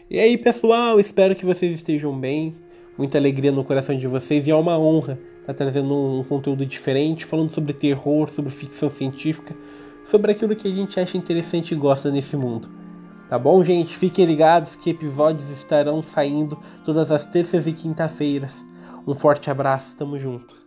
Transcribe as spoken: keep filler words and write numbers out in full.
E aí, pessoal, espero que vocês estejam bem. Muita alegria no coração de vocês e é uma honra estar trazendo um conteúdo diferente, falando sobre terror, sobre ficção científica, sobre aquilo que a gente acha interessante e gosta nesse mundo. Tá bom, gente? Fiquem ligados que episódios estarão saindo todas as terças e quinta-feiras. Um forte abraço, tamo junto.